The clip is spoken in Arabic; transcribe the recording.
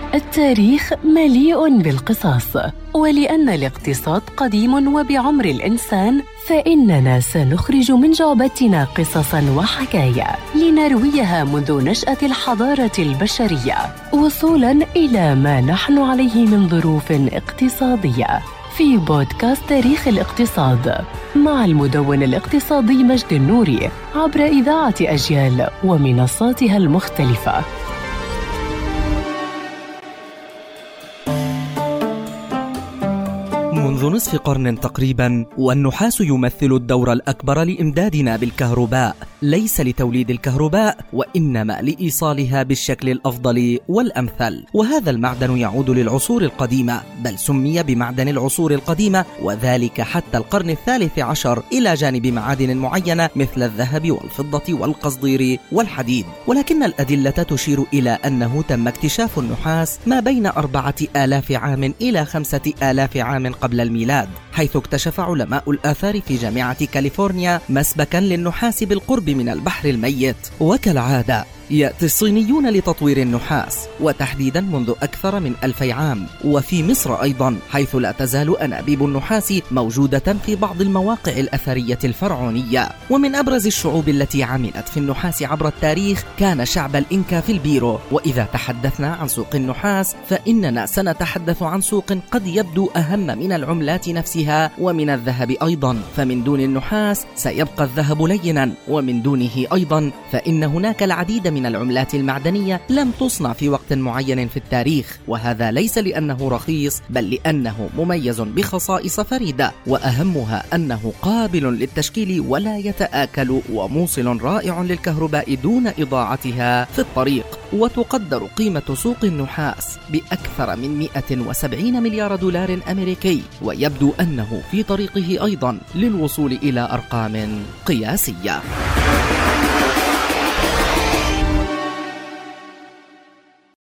التاريخ مليء بالقصص، ولأن الاقتصاد قديم وبعمر الإنسان، فإننا سنخرج من جعبتنا قصصاً وحكايا لنرويها منذ نشأة الحضارة البشرية وصولاً إلى ما نحن عليه من ظروف اقتصادية، في بودكاست تاريخ الاقتصاد مع المدون الاقتصادي مجد النوري عبر إذاعة أجيال ومنصاتها المختلفة. منذ نصف قرن تقريبا، والنحاس يمثل الدور الأكبر لإمدادنا بالكهرباء، ليس لتوليد الكهرباء وإنما لإيصالها بالشكل الأفضل والأمثل. وهذا المعدن يعود للعصور القديمة، بل سمي بمعدن العصور القديمة، وذلك حتى القرن ال13 إلى جانب معادن معينة مثل الذهب والفضة والقصدير والحديد. ولكن الأدلة تشير إلى أنه تم اكتشاف النحاس ما بين 4000 عام إلى 5000 عام قبل الميلاد، حيث اكتشف علماء الآثار في جامعة كاليفورنيا مسبكا للنحاس بالقرب من البحر الميت. وكالعادة يأتي الصينيون لتطوير النحاس، وتحديدا منذ أكثر من 2000 عام، وفي مصر أيضا، حيث لا تزال أنابيب النحاس موجودة في بعض المواقع الأثرية الفرعونية. ومن أبرز الشعوب التي عملت في النحاس عبر التاريخ كان شعب الإنكا في البيرو. وإذا تحدثنا عن سوق النحاس فإننا سنتحدث عن سوق قد يبدو أهم من العملات نفسها ومن الذهب أيضا، فمن دون النحاس سيبقى الذهب لينا، ومن دونه أيضا فإن هناك العديد من العملات المعدنية لم تصنع في وقت معين في التاريخ، وهذا ليس لأنه رخيص، بل لأنه مميز بخصائص فريدة، وأهمها أنه قابل للتشكيل ولا يتآكل، وموصل رائع للكهرباء دون إضاعتها في الطريق. وتقدر قيمة سوق النحاس بأكثر من 170 مليار دولار أمريكي، ويبدو أنه في طريقه أيضا للوصول إلى أرقام قياسية.